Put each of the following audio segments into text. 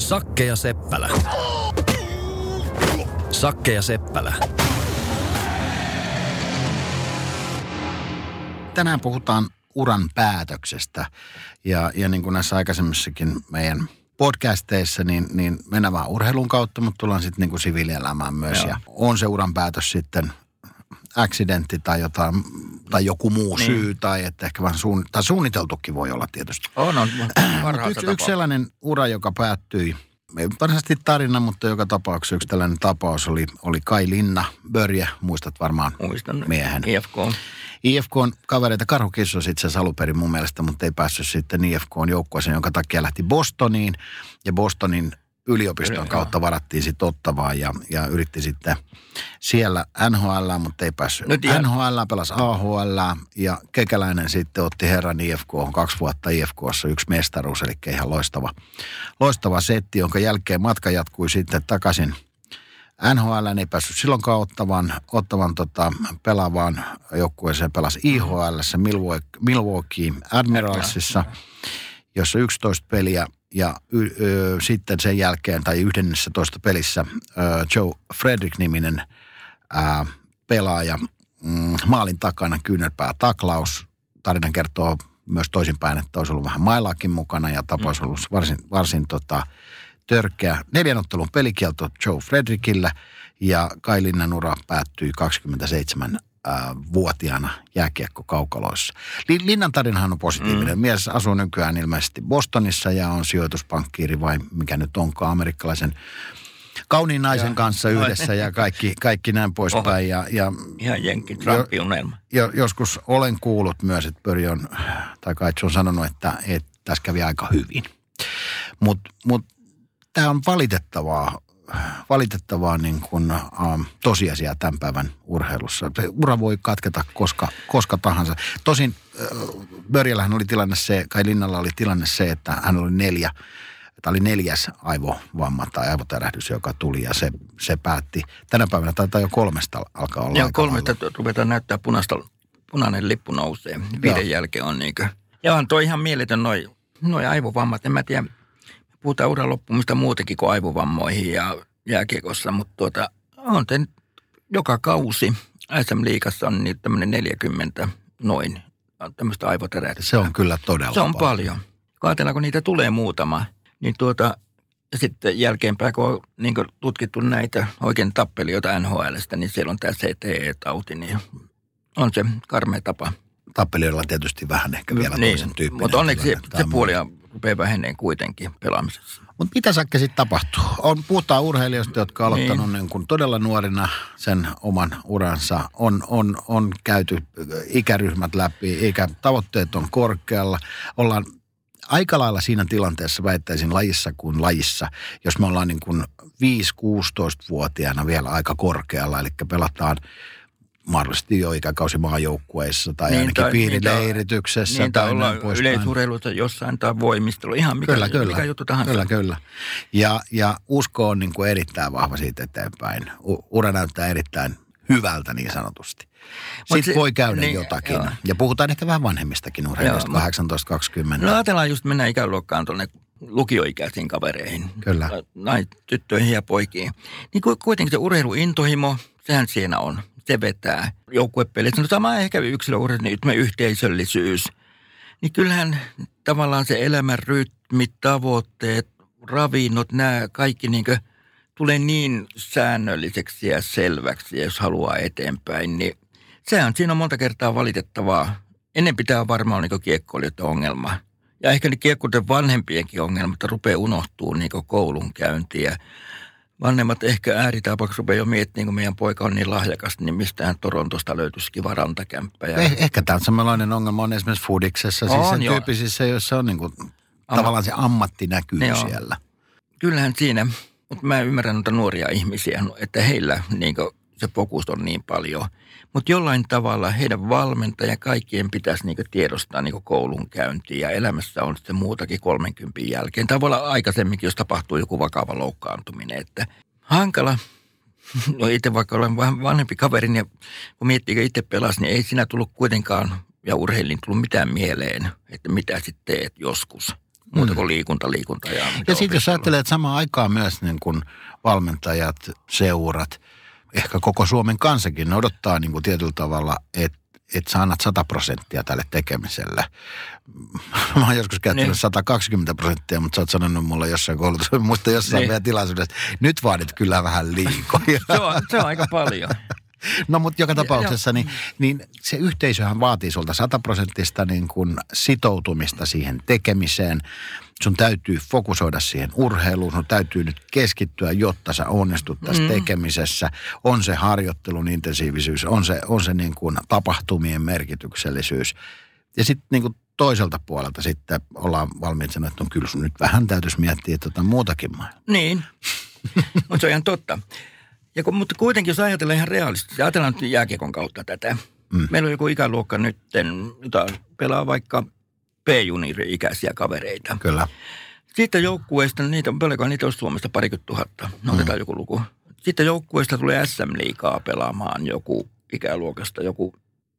Sakke ja Seppälä. Sakke ja Seppälä. Tänään puhutaan uran päätöksestä ja niin kuin näissä aikaisemmissakin meidän podcasteissa, niin mennään vaan urheilun kautta, mutta tullaan sitten niin kuin siviilielämään myös. Joo. Ja on se uran päätös sitten accidentti tai jotain, tai joku muu syy, tai että ehkä vähän suunniteltukin voi olla tietysti. On yksi sellainen ura, joka päättyi, ei varsinaisesti tarina, mutta joka tapauksessa yksi tällainen tapaus oli Kai Linna Börje, muistat varmaan miehen. IFK on kavereita, Karhu Kissos itse asiassa alunperin mun mielestä, mutta ei päässyt sitten IFK on joukkueeseen, jonka takia lähti Bostoniin. Ja Bostonin yliopiston kautta varattiin sitten Ottavaan ja yritti sitten siellä NHL, mutta ei päässyt NHL, pelasi AHL ja Kekäläinen sitten otti herran IFK, 2 vuotta IFK:ssa, 1 mestaruus, eli ihan loistava setti, jonka jälkeen matka jatkui sitten takaisin NHL, ei päässyt silloinkaan ottavan pelaavaan joukkueeseen, pelasi IHL:ssä Milwaukee Admiralsissa, jossa 11 peliä ja sitten sen jälkeen tai 11 pelissä Joe Frederick-niminen pelaaja maalin takana kyynärpää taklaus. Tarina kertoo myös toisinpäin, että olisi ollut vähän mailaakin mukana ja tapaus on ollut varsin törkeä. 4 ottelun pelikielto Joe Frederickillä ja Kai Linnan ura päättyi 27-vuotiaana jääkiekkokaukaloissa. Linnan tarinahan on positiivinen. Mies asuu nykyään ilmeisesti Bostonissa ja on sijoituspankkiiri vai mikä nyt onkaan amerikkalaisen kauniin naisen kanssa yhdessä ja kaikki näin poispäin. Ihan jenkki Trump-unelma. Joskus olen kuullut myös, että Börje on, tai Kaitsu on sanonut, että tässä kävi aika hyvin. Mutta tämä on valitettavaa niin kuin, tosiasia tämän päivän urheilussa. Ura voi katketa koska tahansa. Tosin Börjellähän oli tilanne se, Kai Linnalla oli tilanne se, että hän oli 4. aivovamma tai aivotärähdys, joka tuli ja se päätti. Tänä päivänä taitaa jo 3 alkaa olla. Joo, 3 ruvetaan näyttää punainen lippu nousee. 5 jälkeen on niinkö. Ja on toi ihan mieletön noi aivovammat. En mä tiedä, puhutaan uran loppumista muutenkin kuin aivovammoihin ja jääkiekossa, mutta on joka kausi SM-liigassa on niin tämmöinen 40 noin tämmöistä aivotärähdystä. Se on kyllä todella Se on paljon. Kun ajatellaan, kun niitä tulee muutama, niin ja sitten jälkeenpäin, kun on niin kuin tutkittu näitä oikein tappelijoita NHL:stä, niin siellä on tämä CTE-tauti, niin on se karmea tapa. Tappelijoilla tietysti vähän ehkä vielä toisen tyyppinen. Mutta onneksi se puolia rupeaa väheneen kuitenkin pelaamisessa. Mutta mitä Sakke sitten tapahtuu? Puhutaan urheilijoista, jotka on aloittanut niin kuin todella nuorina sen oman uransa. On käyty ikäryhmät läpi, tavoitteet on korkealla. Ollaan aika lailla siinä tilanteessa, väittäisin lajissa kuin lajissa, jos me ollaan niin kuin 5-16-vuotiaana vielä aika korkealla, eli pelataan mahdollisesti jo ikäkausi maajoukkueissa tai ainakin piirileirityksessä. Niin, tai ollaan yleisurheilussa jossain tai voimistelu, ihan mikä juttu tahansa. Kyllä. Ja usko on niin kuin erittäin vahva siitä eteenpäin. Ura näyttää erittäin hyvältä niin sanotusti. Sitten voi käydä jotakin. Joo. Ja puhutaan ehkä vähän vanhemmistakin urheilijoista, 18-20. No ajatellaan just mennä ikäluokkaan tuonne lukioikäisiin kavereihin. Kyllä. Tyttöihin ja poikiin. Niin kuitenkin se urheiluintohimo, sehän siinä on. Se vetää joukkuepelit. No sama ehkä yksilöurheilu, niin yhteisöllisyys. Niin kyllähän tavallaan se elämän rytmi, tavoitteet, ravinnot, nämä kaikki niin kuin tulee niin säännölliseksi ja selväksi, ja jos haluaa eteenpäin, niin siinä on monta kertaa valitettavaa. Ennen pitää varmaan niin kiekkoilijoiden ongelma. Ja ehkä ne kiekkoilijoiden vanhempienkin ongelmat rupeaa unohtuu niin koulunkäyntiä. Vanhemmat ehkä ääritapaukset rupeaa jo miettimään, kun meidän poika on niin lahjakas, niin mistähän Torontosta löytyisi kiva rantakämppä. Ehkä tämä samanlainen ongelma on esimerkiksi foodiksessa, siis sen tyyppisissä, joissa on niin kuin, tavallaan se ammatti näkyy siellä. Kyllähän siinä, mutta mä ymmärrän noita nuoria ihmisiä, että heillä niin kuin, se fokus on niin paljon. Mutta jollain tavalla heidän valmentajan kaikkien pitäisi niin kuin tiedostaa niin kuin koulunkäyntiä ja elämässä on sitten muutakin 30 jälkeen. Tai voi olla aikaisemminkin, jos tapahtuu joku vakava loukkaantuminen. Että hankala. No itse vaikka olen vähän vanhempi kaveri, ja kun miettii, että itse pelasi, niin ei siinä tullut kuitenkaan, ja urheilin tullut mitään mieleen, että mitä sitten teet joskus. muuta kuin liikunta. Ja sitten jos ajattelee, että samaan aikaan myös niin kuin valmentajat, seurat, ehkä koko Suomen kansakin, ne odottaa niin kuin tietyllä tavalla, että sä annat 100% tälle tekemiselle. Mä oon joskus käyttänyt 120%, mutta sä oot sanonut mulle jossain koulutuksessa, muista jossain meidän tilaisuudessa, nyt vaadit kyllä vähän liikoja. se on aika paljon. No mutta joka tapauksessa niin se yhteisöhän vaatii sulta 100% niin kuin sitoutumista siihen tekemiseen. Sun täytyy fokusoida siihen urheiluun, sun täytyy nyt keskittyä, jotta sä onnistut tässä tekemisessä. On se harjoittelun intensiivisyys, on se niin kuin tapahtumien merkityksellisyys. Ja sitten niin kuin toiselta puolelta sitten ollaan valmiit sanoa, että kyllä sun nyt vähän täytyisi miettiä muutakin maailmaa. Niin, mutta se on ihan totta. Mutta kuitenkin, jos ajatellaan ihan realistisesti, ajatellaan nyt jääkiekon kautta tätä. Meillä on joku ikäluokka nyt, jota pelaa vaikka B-juniori-ikäisiä kavereita. Kyllä. Sitten joukkueista, niitä on Suomesta 20 000, otetaan joku luku. Sitten joukkueista tulee SM-liigaa pelaamaan joku ikäluokasta, joku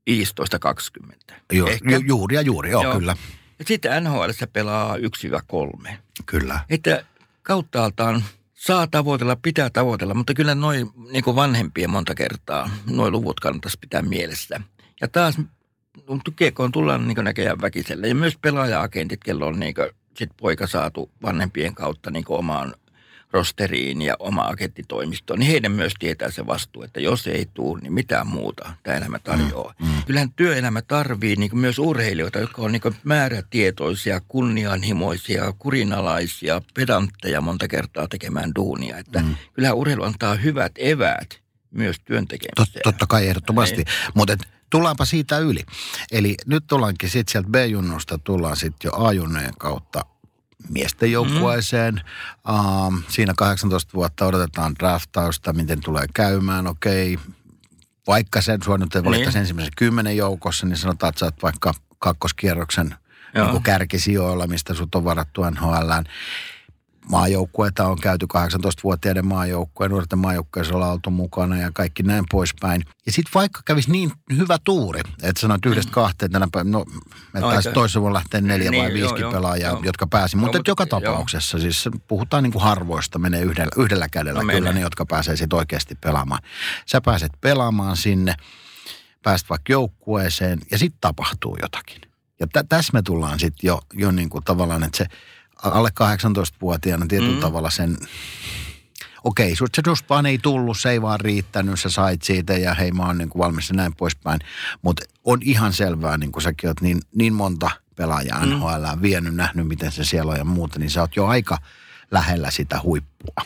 15-20. Juuri, kyllä. Ja sitten NHL:ssä pelaa 1-3. Kyllä. Että kauttaaltaan saa tavoitella, pitää tavoitella, mutta kyllä noi niin kuin vanhempien monta kertaa, noi luvut kannattaisi pitää mielessä. Ja taas kiekkoon tullaan niin kuin näköjään väkisellä. Ja myös pelaaja-agentit, kello on niin kuin sit poika saatu vanhempien kautta niin kuin omaan rosteriin ja oma agenttitoimistoon, niin heidän myös tietää se vastuu, että jos ei tule, niin mitään muuta tämä elämä tarjoaa. Kyllähän työelämä tarvii niin kuin myös urheilijoita, jotka on niin kuin määrätietoisia, kunnianhimoisia, kurinalaisia, pedantteja monta kertaa tekemään duunia. Että kyllähän urheilu antaa hyvät eväät myös työntekemiseen. Totta kai ehdottomasti, mutta tullaanpa siitä yli. Eli nyt tullaankin sitten sieltä B-junnusta, tullaan sitten jo A-junnojen kautta miesten joukkueeseen. Siinä 18 vuotta odotetaan draftausta, miten tulee käymään, okei. Vaikka sua nyt ei valittaisi ensimmäisen 10 joukossa, niin sanotaan, että sä oot vaikka kakkoskierroksen niin kärkisijoilla, mistä sut on varattu NHL:ään. Maajoukkueita on käyty 18-vuotiaiden maajoukkueen, nuorten maajoukkueessa ollaan oltu mukana ja kaikki näin poispäin. Ja sitten vaikka kävisi niin hyvä tuuri, että sanoit 1-2, no me taisi toisessa vuonna lähteä 4 vai 5 pelaajaa, jotka pääsi. Mutta joka tapauksessa, siis puhutaan niin kuin harvoista, menee yhdellä kädellä kyllä ne, jotka pääsee sitten oikeasti pelaamaan. Sä pääset pelaamaan sinne, pääset vaikka joukkueeseen ja sitten tapahtuu jotakin. Ja tässä me tullaan sitten jo niin kuin tavallaan, että se alle 18-vuotiaana tietyllä tavalla sen, okei, se just vaan ei tullut, se ei vaan riittänyt, sä sait siitä ja hei mä oon niin kuin valmis ja näin poispäin. Mutta on ihan selvää, niin kuin säkin oot niin monta pelaajaa NHL:ään vienyt, nähnyt miten se siellä on ja muuta, niin sä oot jo aika lähellä sitä huippua.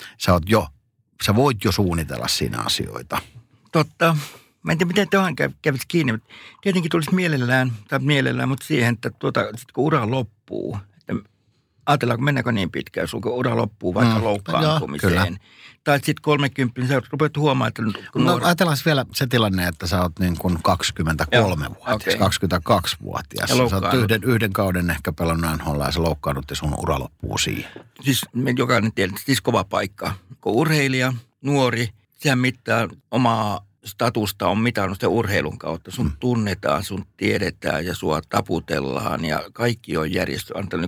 Sä voit jo suunnitella siinä asioita. Totta. Mä en tiedä, miten tuohon kävisi kiinni. Tietenkin tulisi mielellään, mutta siihen, että sit kun ura loppuu, ajatellaanko, mennäänkö niin pitkään, jos ura loppuu vaikka loukkaantumiseen. Tai sitten 30, sä rupeat huomaamaan, että ajatellaan vielä se tilanne, että sä oot niin kuin 23-vuotias, 22-vuotias. Sä oot yhden kauden ehkä pelannut NHL ja sä loukkaannut ja sun ura loppuu siihen. Siis me jokainen tiedät, siis kova paikka. Kun urheilija, nuori, sehän mittaa omaa statusta on mitannut sitä urheilun kautta. Sun tunnetaan, sun tiedetään ja sua taputellaan ja kaikki on järjestetty,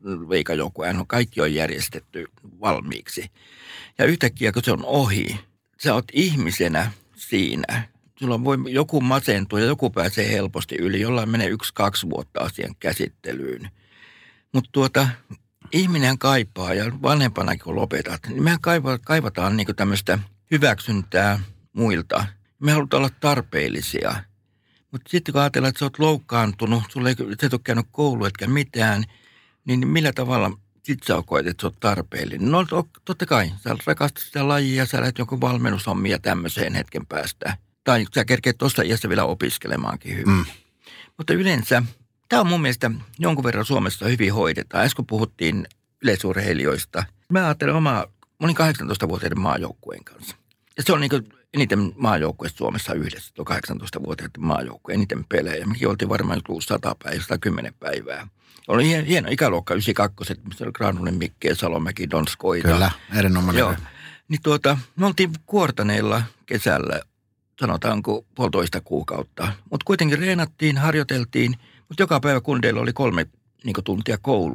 kaikki on järjestetty valmiiksi. Ja yhtäkkiä, kun se on ohi, sä oot ihmisenä siinä. Sulla voi joku masentua ja joku pääsee helposti yli, jollain menee 1-2 vuotta asian käsittelyyn. Mutta ihminen kaipaa, ja vanhempanakin kun lopetat, niin mehän kaivataan niin tämmöistä hyväksyntää muilta. Me halutaan olla tarpeellisia. Mutta sitten kun ajatellaan, että sä oot loukkaantunut, sulla ei ole käynyt koulu etkä mitään, niin millä tavalla sit sä koet, että sä oot tarpeellinen? No totta kai, sä rakastat sitä lajia, sä lähdet jonkun valmennushommia tämmöiseen hetken päästä. Tai sä kerkeet tuossa iässä vielä opiskelemaankin hyvin. Mutta yleensä, tämä on mun mielestä jonkun verran Suomessa hyvin hoidetaan. Äsken puhuttiin yleisurheilijoista. Mä ajattelen mä olin 18-vuotiaiden maajoukkueen kanssa. Ja se on niin kuin eniten maajoukkueista Suomessa yhdessä, tuo 18-vuotiaiden maajoukkue, eniten pelejä. Mekin oltiin varmaan 100 päivää, 110 päivää. Oli hieno ikäluokka 92, missä oli Granunen, Mikke, Salomäki, Donskoita. Kyllä, erinomainen. Joo, niin me oltiin kuortaneilla kesällä, sanotaanko 1,5 kuukautta. Mutta kuitenkin reenattiin, harjoiteltiin, mutta joka päivä kundeilla oli 3 tuntia koulua.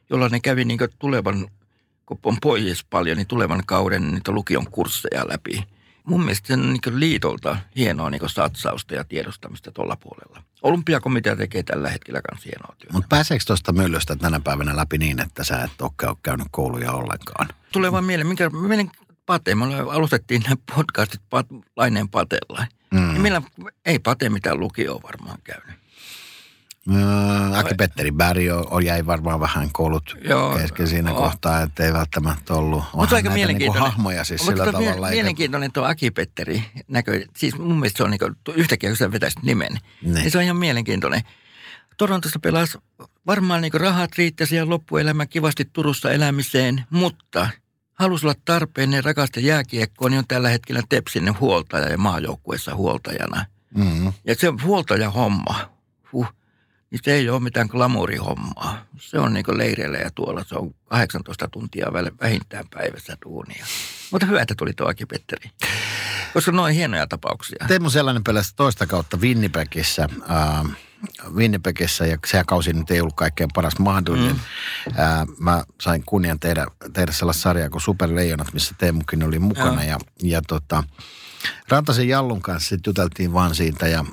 jolloin ne kävi niin tulevan, kun on pois paljon, niin tulevan kauden niitä lukion kursseja läpi. Mun mielestä se on niin liitolta hienoa niin satsausta ja tiedostamista tuolla puolella. Olympiakomitea tekee tällä hetkellä myös hienoa työtä. Mutta pääseekö tuosta myllystä tänä päivänä läpi niin, että sä et ole käynyt kouluja ollenkaan? Tulee vaan mieleen, menin Pate. Me alustettiin nämä podcastit Laineen Patella. Ei Pate mitään lukioa varmaan käynyt. Aki Petteri Berg jäi varmaan vähän koulut kesken siinä kohtaa, että ei välttämättä ollut. Mutta aika mielenkiintoinen. Hahmoja siis sillä tavalla. Mielenkiintoinen tuo Aki Petteri näkö. Siis mun mielestä se on niinku, yhtäkkiä, kun sä vetäisit nimen, niin se on ihan mielenkiintoinen. Torontossa pelasi varmaan niinku rahat riittäisi ja loppuelämä kivasti Turussa elämiseen, mutta halusi olla tarpeellinen, rakasta jääkiekkoa, niin on tällä hetkellä Tepsinen huoltaja ja maajoukkueessa huoltajana. Ja se huoltajahomma, niin se ei ole mitään glamourihommaa. Se on niin kuin leireillä ja tuolla, se on 18 tuntia vähintään päivässä duunia. Mutta hyvä, että tuli tuo Aki Petteri, koska ne on hienoja tapauksia. Teemu Sellainen pelasi toista kautta Winnipegissä ja se kausi nyt ei ollut kaikkein paras mahdollinen. Mä sain kunnian tehdä sellaista sarjaa kuin Superleijonat, missä Teemukin oli mukana ja Rantasen Jallun kanssa sitten juteltiin vaan siitä ja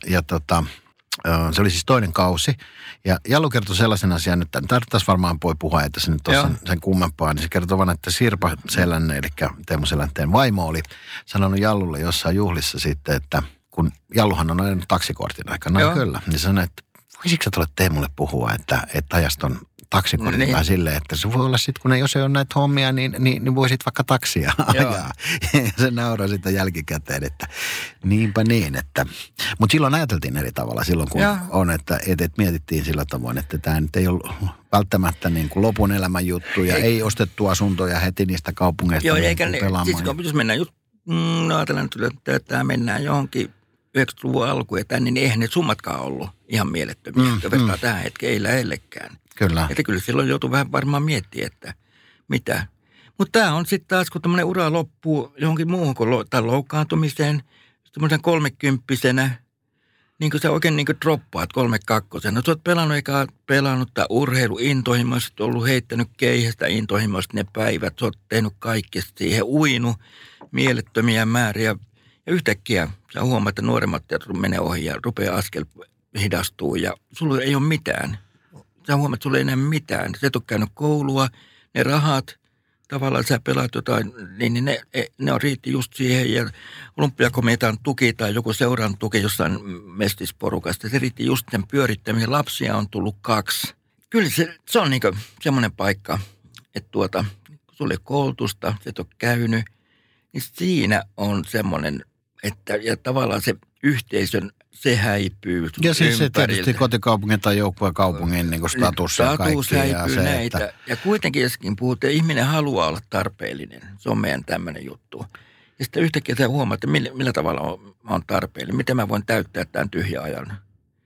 se oli siis toinen kausi. Ja Jallu kertoi sellaisen asian, että tässä varmaan voi puhua, että se nyt on sen kummempaa. Niin se kertoi vaan, että Sirpa Sellainen, eli Teemu Selänteen vaimo, oli sanonut Jallulle jossain juhlissa sitten, että kun Jalluhan on ajanut taksikortin aikana, kyllä. Niin sanoi, että voisitko sä tulla Teemulle puhua, että ajasta ton taksikortin tai silleen, että se voi olla sitten, kun jos ei ole näitä hommia, niin voisit vaikka taksia ajaa. Ja se nauraa sitten jälkikäteen, että niinpä niin, että. Mutta silloin ajateltiin eri tavalla silloin, kun on, että mietittiin sillä tavoin, että tämä nyt ei ollut välttämättä niin kuin lopun elämän juttu ja ei ostettu asuntoja heti niistä kaupungeista. Joo, eikä siis jos mennään just, ajatellaan, että tämä mennään johonkin 90-luvun alkuun ja tänne, niin eihän ne summatkaan ollut ihan mielettömiä, vertaa tähän hetkeen ei lähellekään. Kyllä. Että kyllä silloin joutuu vähän varmaan miettimään, että mitä. Mutta tämä on sitten taas, kun tämmöinen ura loppuu johonkin muuhun kuin loukkaantumiseen, semmoisen 30-vuotiaana, niin kuin sä oikein niin kuin droppaat 32-vuotiaana. Sä oot pelannut tämä urheiluintohimoista, ollut heittänyt keihästä intohimoista ne päivät, sä oot tehnyt kaikkea siihen, uinut mielettömiä määriä. Ja yhtäkkiä sä huomaat, että nuoremmat menee ohi ja rupeaa askel hidastuu ja sulla ei ole mitään. Sä huomaat, että sulla ei enää mitään. Sä et ole käynyt koulua, ne rahat, tavallaan sä pelaat jotain, niin ne on riitti just siihen. Ja olympiakomitean tuki tai joku seuran tuki jossain mestisporukasta, se riitti just sen pyörittämiseen. Lapsia on tullut 2. Kyllä se on niinku semmoinen paikka, että kun sulla ei koulutusta, sä et ole käynyt, niin siinä on semmoinen, että ja tavallaan se yhteisön, se häipyy. Ja siis se tietysti kotikaupungin tai joukkuekaupungin niin status ja kaikki. Häipyy ja näitä. Ja kuitenkin joskin puhutaan, että ihminen haluaa olla tarpeellinen. Se on meidän tämmöinen juttu. Ja sitten yhtäkkiä sä huomaat, että millä tavalla mä oon tarpeellinen. Miten mä voin täyttää tämän tyhjän ajan.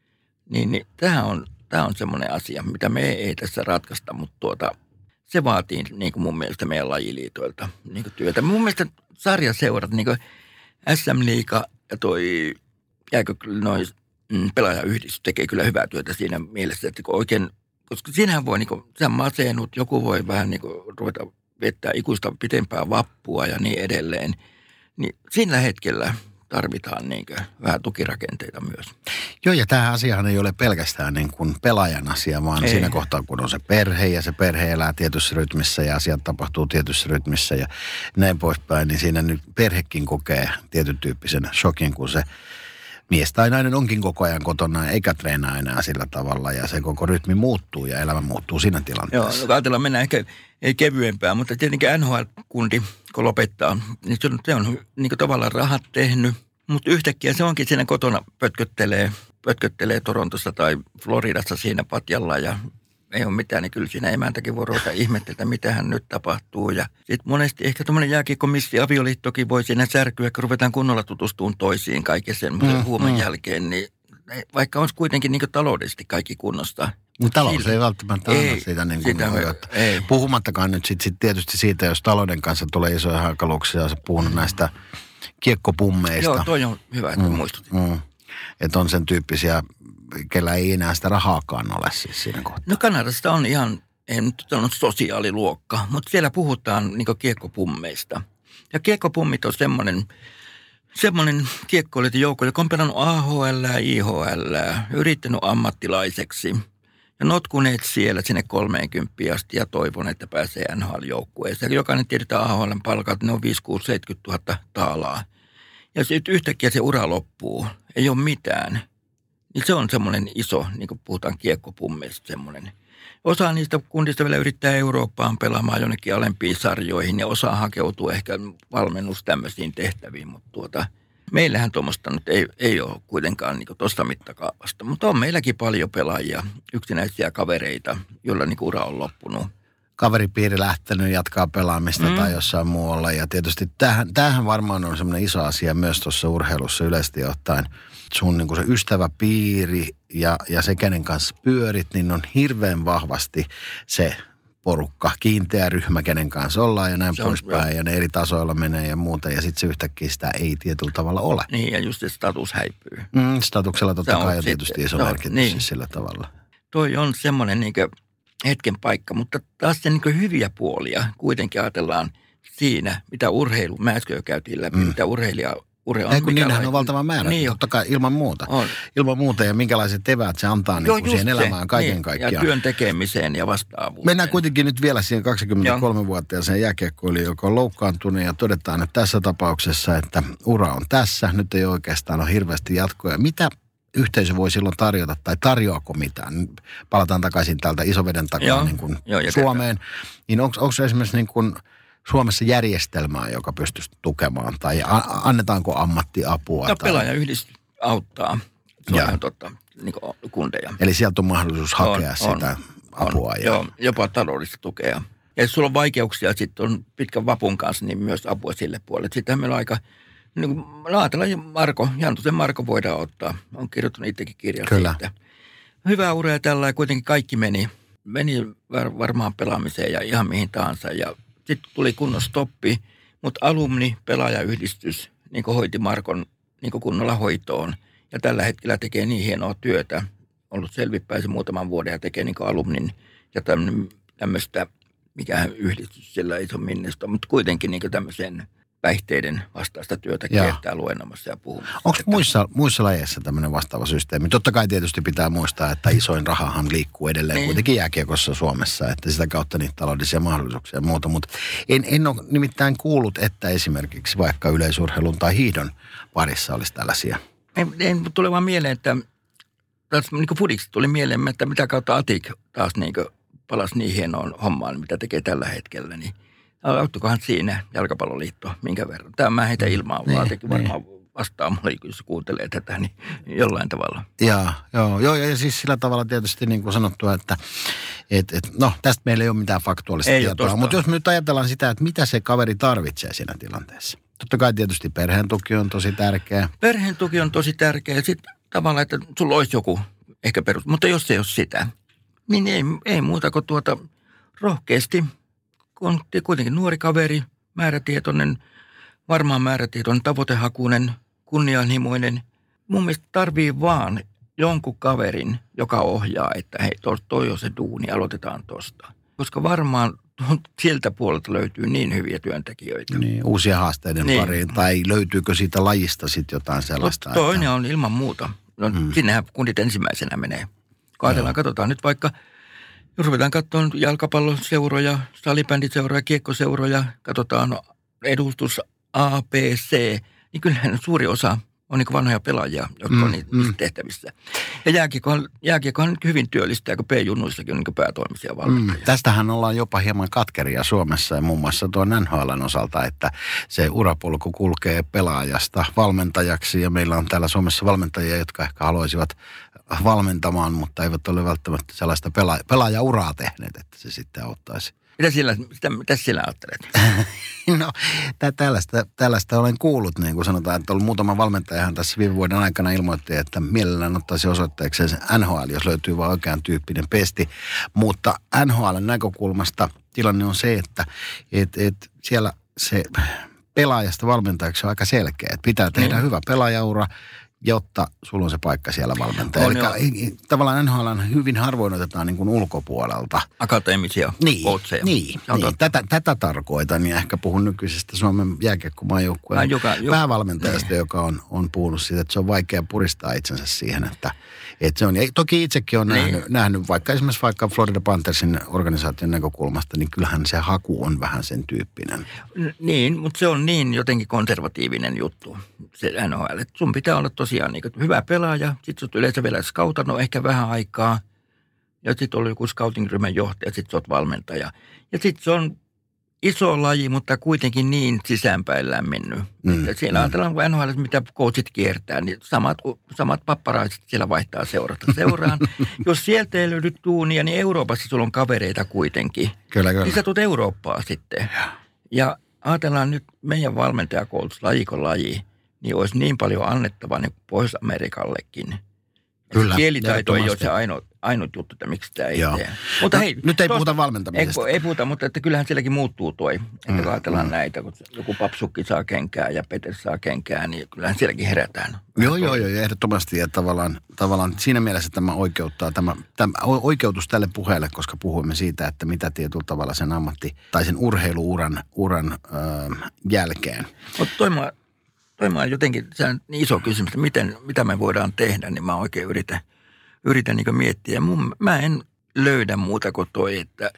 Niin tämä on semmoinen asia, mitä me ei tässä ratkaista, mutta se vaatii niin kuin mun mielestä meidän lajiliitoilta niin kuin työtä. Mun mielestä sarjaseurat, niin kuin SM-liiga ja toi noin pelaajayhdistys tekee kyllä hyvää työtä siinä mielessä, että oikein, koska siinähän voi, niin kuin, sä masennut, joku voi vähän niin kuin ruveta vettää ikuista pitempää vappua ja niin edelleen. Niin siinä hetkellä tarvitaan niin kuin vähän tukirakenteita myös. Joo, ja tämä asiahan ei ole pelkästään niin kuin pelaajan asia, vaan ei. Siinä kohtaa, kun on se perhe ja se perhe elää tietyssä rytmissä ja asiat tapahtuu tietyssä rytmissä ja näin poispäin, niin siinä nyt perhekin kokee tietyn tyyppisen shokin, kun se mies tai nainen onkin koko ajan kotona eikä treenaa enää sillä tavalla ja se koko rytmi muuttuu ja elämä muuttuu siinä tilanteessa. Joo, ajatellaan mennään ehkä ei kevyempää, mutta tietenkin NHL-kundi, kun lopettaa, niin se on niin kuin tavallaan rahat tehnyt, mutta yhtäkkiä se onkin siinä kotona pötköttelee Torontossa tai Floridassa siinä patjalla ja ei ole mitään, niin kyllä siinä emäntäkin voi ruveta ihmetellä, että mitähän nyt tapahtuu. Ja sitten monesti ehkä tuommoinen jääkiekkomissi avioliittokin voi siinä särkyä, kun ruvetaan kunnolla tutustumaan toisiin kaiken sen huoman jälkeen, niin vaikka olisi kuitenkin niin kuin taloudellisesti kaikki kunnosta. Mutta talous ei välttämättä anna siitä niin kuin puhumattakaan nyt sit tietysti siitä, jos talouden kanssa tulee isoja hankaluuksia, ja sä puhunut näistä kiekkopummeista. Joo, toi on hyvä, että muistutit. Että on sen tyyppisiä, kellä ei enää sitä rahaakaan ole siis siinä kohtaa. No Kanadasta on ihan en nyt sanonut sosiaaliluokka, mutta siellä puhutaan niin kuin kiekkopummeista. Ja kiekkopummit on semmoinen kiekkoilijoiden joukko, joka on pelannut AHL ja IHL, yrittänyt ammattilaiseksi ja notkuneet siellä sinne 30 asti ja toivon, että pääsee NHL-joukkueeseen. Jokainen tiedetään AHL:n palkat, ne on 5, 6, 70 000 taalaa. Ja sitten yhtäkkiä se ura loppuu, ei ole mitään. Niin se on semmoinen iso, niin kuin puhutaan kiekkopummeista, semmoinen. Osa niistä kundista vielä yrittää Eurooppaan pelaamaan jonnekin alempiin sarjoihin ja osa hakeutuu ehkä valmennus tämmöisiin tehtäviin, mutta meillähän tuommoista nyt ei ole kuitenkaan niin tuosta mittakaavasta, mutta on meilläkin paljon pelaajia, yksinäisiä kavereita, joilla niin ura on loppunut. Kaveripiiri lähtenyt jatkaa pelaamista tai jossain muualla ja tietysti tämähän varmaan on semmoinen iso asia myös tuossa urheilussa yleisesti ottaen. Sun niin kuin se ystäväpiiri ja se, kenen kanssa pyörit, niin on hirveän vahvasti se porukka, kiinteä ryhmä, kenen kanssa ollaan ja näin poispäin. Ja ne eri tasoilla menee ja muuta. Ja sitten se yhtäkkiä sitä ei tietyllä tavalla ole. Niin, ja just se status häipyy. Statuksella totta kai on tietysti iso merkitys niin. Sillä tavalla. Toi on semmoinen niin kuin hetken paikka, mutta taas se niin kuin hyviä puolia kuitenkin ajatellaan siinä, mitä urheilu, mä äsken jo käytiin läpi, mitä urheilija ure on. Niinhän on valtava määrä, niin totta kai ilman muuta. On. Ilman muuta ja minkälaiset eväät se antaa niin siihen elämään kaiken kaikkiaan. Ja työn tekemiseen ja vastaavuuteen. Mennään kuitenkin nyt vielä siihen 23-vuotiaaseen jääkiekkoiliin, joka on loukkaantunut ja todetaan nyt tässä tapauksessa, että ura on tässä. Nyt ei oikeastaan ole hirveästi jatkoja. Mitä yhteisö voi silloin tarjota tai tarjoako mitään? Palataan takaisin täältä Isoveden takaa niin kuin Suomeen. Niin onko esimerkiksi niin kuin Suomessa järjestelmää, joka pystyisi tukemaan, tai annetaanko ammattiapua? No pelaajayhdistys auttaa niin kundeja. Eli sieltä on mahdollisuus hakea sitä apua. Joo, jopa taloudellista tukea. Ja jos sulla on vaikeuksia, sitten on pitkän vapun kanssa, niin myös apua sille puolelle. Sittenhän meillä on aika, niin kuin ajatellaan Jantusen Marko voidaan ottaa. Olen kirjoittanut itsekin kirjan siitä. Hyvää uraa ja tällä kuitenkin kaikki meni varmaan pelaamiseen ja ihan mihin tahansa ja sitten tuli kunnon stoppi, mutta alumni-pelaajayhdistys niin hoiti Markon niin kunnolla hoitoon. Ja tällä hetkellä tekee niin hienoa työtä. Ollut selvipäisen muutaman vuoden ja tekee niin alumnin ja tämmöistä, mikähän yhdistys sillä ei ole minnestä, mutta kuitenkin niin tämmöisen päihteiden vastaista työtä kiertää luennomassa ja puhumassa. Onko muissa lajeissa tämmöinen vastaava systeemi? Totta kai tietysti pitää muistaa, että isoin rahahan liikkuu edelleen kuitenkin jääkiekossa Suomessa, että sitä kautta niitä taloudellisia mahdollisuuksia ja muuta. Mutta en ole nimittäin kuullut, että esimerkiksi vaikka yleisurheilun tai hiihdon parissa olisi tällaisia. Ei tule vaan mieleen, että niin kuin fudiksi tuli mieleen, että mitä kautta Atik taas niin palasi niin hienoon hommaan, mitä tekee tällä hetkellä, niin auttokohan siinä Jalkapalloliitto minkä verran? Tämä mä heitä ilmaa, Laatekin varmaan vastaa mulle, jos kuuntelee tätä, niin jollain tavalla. Joo, ja siis sillä tavalla tietysti niin kuin sanottua, että tästä meillä ei ole mitään faktuaalista tietoa. Mutta jos me nyt ajatellaan sitä, että mitä se kaveri tarvitsee siinä tilanteessa. Totta kai tietysti perheen tuki on tosi tärkeä. Perheen tuki on tosi tärkeä. Sitten tavallaan, että sulla olisi joku ehkä perus, mutta jos ei ole sitä, niin ei muuta kuin rohkeasti. Kun on kuitenkin nuori kaveri, määrätietoinen, varmaan määrätietoinen, tavoitehakuinen, kunnianhimoinen. Mun mielestä tarvii vaan jonkun kaverin, joka ohjaa, että hei, toi on se duuni, aloitetaan tosta. Koska varmaan sieltä puolelta löytyy niin hyviä työntekijöitä. Niin, uusia haasteiden pariin, tai löytyykö siitä lajista sitten jotain sellaista? Toinen on ilman muuta. No, sinnehän kundit ensimmäisenä menee. Katsotaan nyt vaikka, jos ruvetaan katsomaan jalkapalloseuroja, salibändiseuroja, kiekkoseuroja, katsotaan edustus A, B, C, niin kyllähän suuri osa on niin vanhoja pelaajia, jotka on niissä tehtävissä. Ja jääkiekkohan nyt hyvin työllistää, kun P-junnuissakin on niin päätoimisia valmentajia. Tästähän ollaan jopa hieman katkeria Suomessa ja muun muassa tuon NHL:n osalta, että se urapolku kulkee pelaajasta valmentajaksi. Ja meillä on täällä Suomessa valmentajia, jotka ehkä haluaisivat valmentamaan, mutta eivät ole välttämättä sellaista pelaajauraa tehneet, että se sitten auttaisi. Mitä sillä ajattelet? No, tällaista olen kuullut, niin kuin sanotaan, että on muutama valmentajahan tässä viime vuoden aikana ilmoitti, että mielellään ottaisi osoitteekseen se NHL, jos löytyy vaan oikean tyyppinen pesti. Mutta NHL:n näkökulmasta tilanne on se, että siellä se pelaajasta valmentajaksi on aika selkeä. Että pitää tehdä hyvä pelaajaura jotta sulla on se paikka siellä valmentaja. Eli tavallaan NHL hyvin harvoin otetaan niin kuin ulkopuolelta. Akateemisia coacheja. Niin. Tätä tarkoitan ja ehkä puhun nykyisestä Suomen jääkiekkomaajoukkueen päävalmentajasta, joka on puhunut siitä, että se on vaikea puristaa itsensä siihen, että se on. Ja toki itsekin on nähnyt vaikka Florida Panthersin organisaation näkökulmasta, niin kyllähän se haku on vähän sen tyyppinen. Niin, mutta se on niin jotenkin konservatiivinen juttu, se NHL. Että sun pitää olla tosiaan niin hyvä pelaaja, sit sut yleensä vielä skautannut ehkä vähän aikaa, ja sit on joku scouting-ryhmän johtaja, sit sä oot valmentaja. Ja sit se on iso laji, mutta kuitenkin niin sisäänpäin lämmennyt. Siellä ajatellaan, kun NHL, mitä coachit kiertää, niin samat papparaiset siellä vaihtaa seurata seuraan. Jos sieltä ei löydy duunia, niin Euroopassa sulla on kavereita kuitenkin. Kyllä. Niin sä tulet Eurooppaa sitten. Ja ajatellaan nyt meidän valmentajakoulutus, lajikon laji, niin olisi niin paljon annettavaa niin Pohjois-Amerikallekin. Kyllä. Kielitaito ei ole se ainut juttu, että miksi sitä ei tee. Mutta hei, nyt ei puhuta valmentamisesta. Ei puhuta, mutta että kyllähän sielläkin muuttuu toi. Että ajatellaan näitä, kun joku Papsukki saa kenkää ja Peter saa kenkää, niin kyllähän sielläkin herätään. Joo, ehdottomasti. Ja tavallaan siinä mielessä tämä oikeuttaa, tämä oikeutus tälle puheelle, koska puhuimme siitä, että mitä tietyllä tavalla sen tai sen urheiluuran jälkeen. Mutta toi on jotenkin se on niin iso kysymys, että mitä me voidaan tehdä, niin mä oikein yritän niin miettiä. Mä en löydä muuta kuin toi, että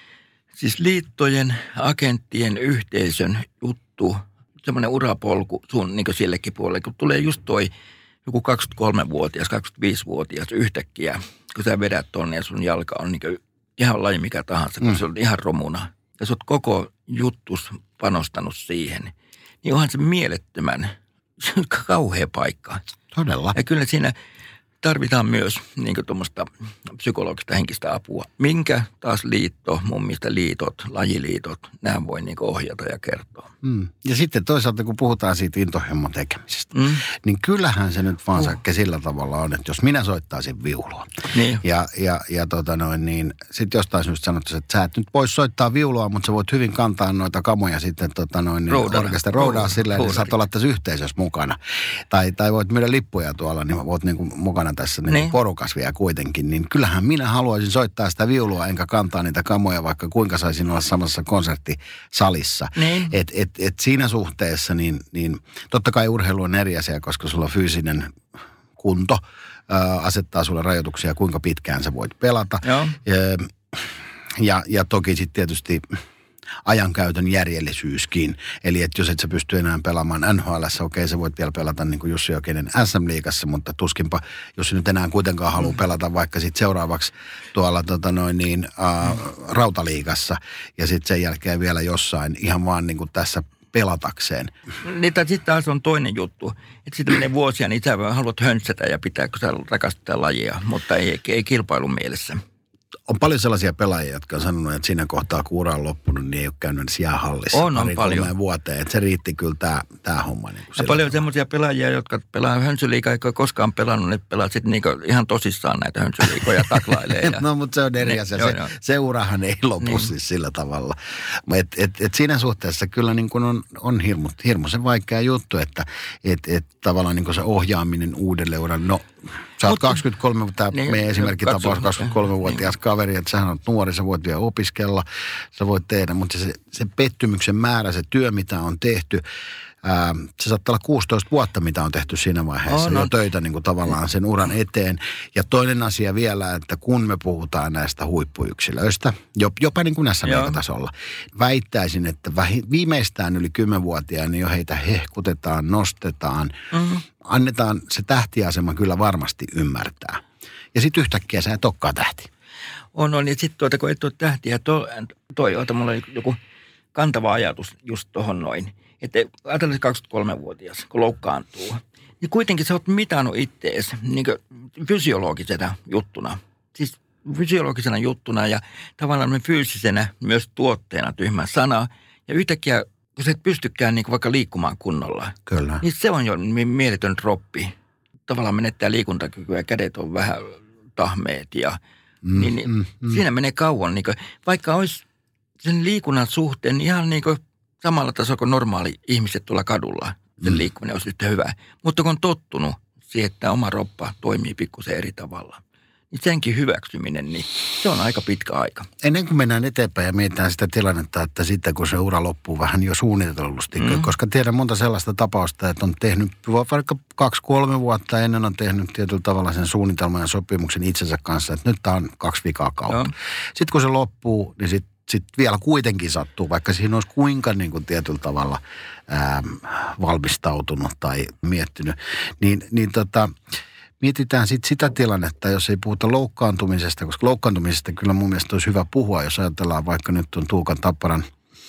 siis liittojen, agenttien, yhteisön juttu, semmoinen urapolku sun niin sillekin puolelle, kun tulee just toi joku 23-vuotias, 25-vuotias yhtäkkiä, kun sä vedät tonne ja sun jalka on niin ihan laji mikä tahansa, kun se on ihan romuna. Ja sä oot koko juttus panostanut siihen. Niin onhan se mielettömän kauhea paikka. Todella. Ja kyllä siinä tarvitaan myös niin tuommoista psykologista henkistä apua. Minkä taas liitto, mun mielestä lajiliitot, nämä voi niin ohjata ja kertoa. Ja sitten toisaalta, kun puhutaan siitä intohimon tekemisestä, niin kyllähän se nyt vaan Sakke sillä tavalla on, että jos minä soittaisin viulua. Niin. Ja niin sitten jostain syystä sanottaisiin, että sä et nyt pois soittaa viulua, mutta sä voit hyvin kantaa noita kamoja sitten oikeastaan roudaa silleen, että saat olla tässä yhteisössä mukana. Tai voit myydä lippuja tuolla, niin voit niin kuin mukana tässä niin porukas vielä kuitenkin. Niin kyllähän minä haluaisin soittaa sitä viulua, enkä kantaa niitä kamoja, vaikka kuinka saisin olla samassa konserttisalissa. Niin. Et siinä suhteessa, niin totta kai urheilu on eri asia, koska sulla fyysinen kunto asettaa sulle rajoituksia, kuinka pitkään sä voit pelata. Ja toki sitten tietysti ajankäytön järjellisyyskin. Eli että jos et sä pysty enää pelaamaan NHL:ssä, okei, sä voit vielä pelata niin kuin Jussi Jokinen SM-liigassa, mutta tuskinpa, jos sä nyt enää kuitenkaan haluaa pelata vaikka sitten seuraavaksi tuolla Rautaliigassa ja sitten sen jälkeen vielä jossain ihan vaan niin kuin tässä pelatakseen. Niin, sitten taas on toinen juttu, että sitten menee vuosia, niin sä haluat höntsätä ja pitää, kun sä rakastat lajia, mutta ei kilpailun mielessä. On paljon sellaisia pelaajia, jotka on sanonut, että siinä kohtaa, kun ura on loppunut, niin ei ole käynyt edes jäähallissa pari-kolmeen vuoteen. Että se riitti kyllä tämä homma. Niin ja paljon semmoisia pelaajia, jotka pelaa hönsyliigaa, eikä ole koskaan pelannut, ne pelaa sitten niin ihan tosissaan näitä hönsyliikoja taklailee. No, mutta se on eri asia. Se urahan ei lopu siis sillä tavalla. Et siinä suhteessa kyllä niin kuin on hirmuisen vaikea juttu, että tavallaan niin kuin se ohjaaminen uudelle uran, sä oot 23, tämä meidän esimerkkitapaus, 23-vuotias kaveri, että sähän oot nuori, sä voit vielä opiskella, sä voit tehdä, mutta se pettymyksen määrä, se työ, mitä on tehty, se saattaa olla 16 vuotta, mitä on tehty siinä vaiheessa jo töitä niin kuin tavallaan sen uran eteen. Ja toinen asia vielä, että kun me puhutaan näistä huippuyksilöistä, jopa niin kuin näissä liigatasolla, väittäisin, että viimeistään yli 10-vuotiaana niin jo heitä hehkutetaan, nostetaan, annetaan se tähtiasema kyllä varmasti ymmärtää. Ja sitten yhtäkkiä sä et olekaan tähti. On, niin sitten kun et ole tähtiä, mulla oli joku kantava ajatus just tohon noin. Että ajatellaan 23-vuotias, kun loukkaantuu, niin kuitenkin sä oot mitannut ittees niin fysiologisena juttuna. Siis fysiologisena juttuna ja tavallaan fyysisenä myös tuotteena, tyhmä sana. Ja yhtäkkiä, kun sä et pystykään niin vaikka liikkumaan kunnolla, kyllä, niin se on jo mieletön droppi. Tavallaan menettää liikuntakykyä, kädet on vähän tahmeet ja siinä menee kauan. Niin kuin, vaikka olisi sen liikunnan suhteen ihan niin kuin samalla tasolla kuin normaali ihmiset tuolla kadulla, sen liikkuminen olisi yhtä hyvä. Mutta kun on tottunut siihen, että oma roppa toimii pikkusen eri tavalla. Niin senkin hyväksyminen, niin se on aika pitkä aika. Ennen kuin mennään eteenpäin ja mietitään sitä tilannetta, että sitten kun se ura loppuu vähän jo suunnitellusti, koska tiedän monta sellaista tapausta, että on tehnyt vaikka 2-3 vuotta ennen on tehnyt tietyllä tavalla sen suunnitelman ja sopimuksen itsensä kanssa, että nyt tämä on 2 vikaa kautta. Joo. Sitten kun se loppuu, niin sitten vielä kuitenkin sattuu, vaikka siinä olisi kuinka niin kuin tietyllä tavalla valmistautunut tai miettinyt, mietitään sitten sitä tilannetta, jos ei puhuta loukkaantumisesta, koska loukkaantumisesta kyllä mun mielestä olisi hyvä puhua, jos ajatellaan vaikka nyt on Tuukan Tapparan,